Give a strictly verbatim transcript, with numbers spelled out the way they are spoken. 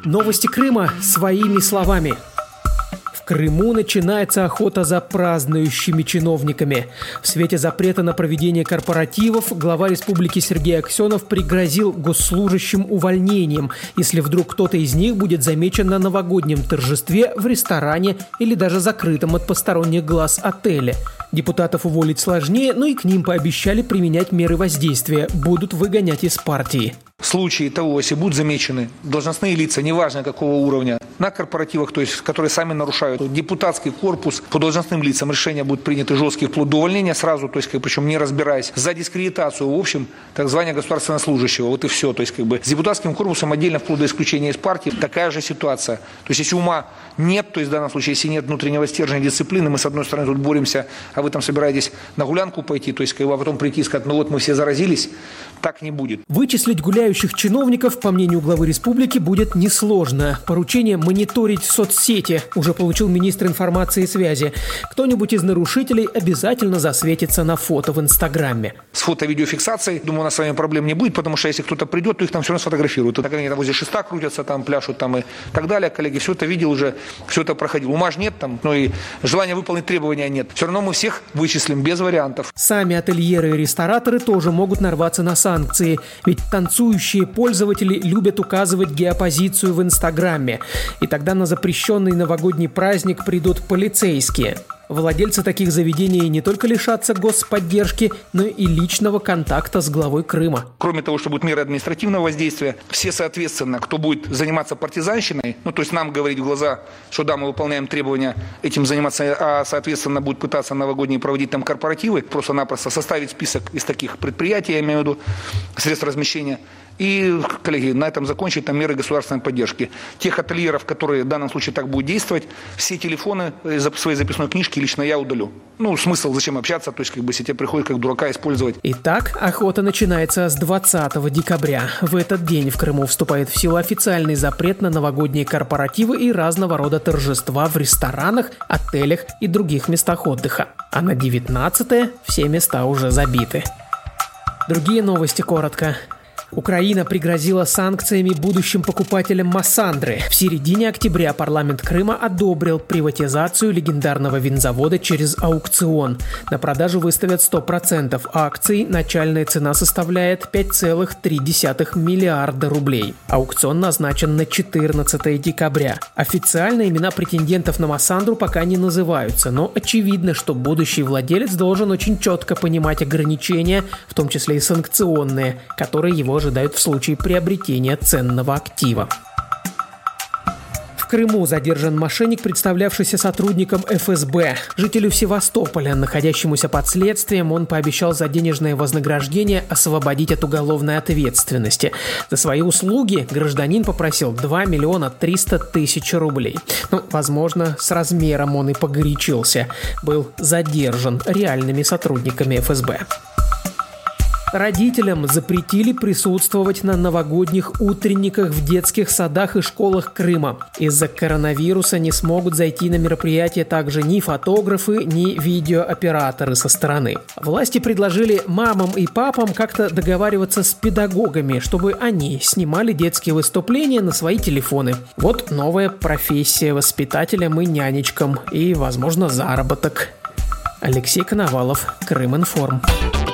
Новости Крыма своими словами. В Крыму начинается охота за празднующими чиновниками. В свете запрета на проведение корпоративов глава республики Сергей Аксенов пригрозил госслужащим увольнением, если вдруг кто-то из них будет замечен на новогоднем торжестве в ресторане или даже закрытом от посторонних глаз отеле. Депутатов уволить сложнее, но и к ним пообещали применять меры воздействия, будут выгонять из партии. В случае того, если будут замечены должностные лица, неважно какого уровня, на корпоративах, то есть которые сами нарушают депутатский корпус, по должностным лицам решения будут приняты жесткие вплоть до увольнения сразу, то есть как, причем не разбираясь, за дискредитацию, в общем, так звания государственного служащего, вот и все. То есть как бы с депутатским корпусом отдельно вплоть до исключения из партии такая же ситуация. То есть если ума нет, то есть в данном случае, если нет внутреннего стержня дисциплины, мы с одной стороны тут боремся, а вы там собираетесь на гулянку пойти, то есть как бы, а потом прийти и сказать, ну вот мы все заразились, так не будет. Вычислить гуляющих чиновников, по мнению главы республики, будет несложно. Поручение мониторить соцсети уже получил министр информации и связи. Кто-нибудь из нарушителей обязательно засветится на фото в Инстаграме. С фото-видеофиксацией, думаю, у нас с вами проблем не будет, потому что если кто-то придет, то их там все равно сфотографируют. Так они там возле шеста крутятся, там пляшут там и так далее. Коллеги, все это видел уже, все это проходил. Ума ж нет там, но и желания выполнить требования нет. Все равно мы всех вычислим без вариантов. Сами ательеры и рестораторы тоже могут нарваться на санкции. Ведь танцующие пользователи любят указывать геопозицию в Инстаграме. И тогда на запрещенный новогодний праздник придут полицейские. Владельцы таких заведений не только лишатся господдержки, но и личного контакта с главой Крыма. Кроме того, что будут меры административного воздействия, все, соответственно, кто будет заниматься партизанщиной, ну, то есть нам говорить в глаза, что да, мы выполняем требования этим заниматься, а, соответственно, будут пытаться новогодние проводить там корпоративы, просто-напросто составить список из таких предприятий, я имею в виду, средств размещения, и, коллеги, на этом закончить там меры государственной поддержки. Тех ательеров, которые в данном случае так будут действовать, все телефоны из своей записной книжки лично я удалю. Ну, смысл, зачем общаться, то есть, как бы, если тебе приходит как дурака использовать. Итак, охота начинается с двадцатого декабря. В этот день в Крыму вступает в силу официальный запрет на новогодние корпоративы и разного рода торжества в ресторанах, отелях и других местах отдыха. А на девятнадцатое все места уже забиты. Другие новости коротко. Украина пригрозила санкциями будущим покупателям Массандры. В середине октября парламент Крыма одобрил приватизацию легендарного винзавода через аукцион. На продажу выставят сто процентов акций. Начальная цена составляет пять целых три десятых миллиарда рублей. Аукцион назначен на четырнадцатое декабря. Официально имена претендентов на Массандру пока не называются, но очевидно, что будущий владелец должен очень четко понимать ограничения, в том числе и санкционные, которые его ожидают в случае приобретения ценного актива. В Крыму задержан мошенник, представлявшийся сотрудником эф эс бэ. Жителю Севастополя, находящемуся под следствием, он пообещал за денежное вознаграждение освободить от уголовной ответственности. За свои услуги гражданин попросил два миллиона триста тысяч рублей. Ну, возможно, с размером он и погорячился. Был задержан реальными сотрудниками эф эс бэ. Родителям запретили присутствовать на новогодних утренниках в детских садах и школах Крыма. Из-за коронавируса не смогут зайти на мероприятие также ни фотографы, ни видеооператоры со стороны. Власти предложили мамам и папам как-то договариваться с педагогами, чтобы они снимали детские выступления на свои телефоны. Вот новая профессия воспитателям и нянечкам, и, возможно, заработок. Алексей Коновалов, Крыминформ.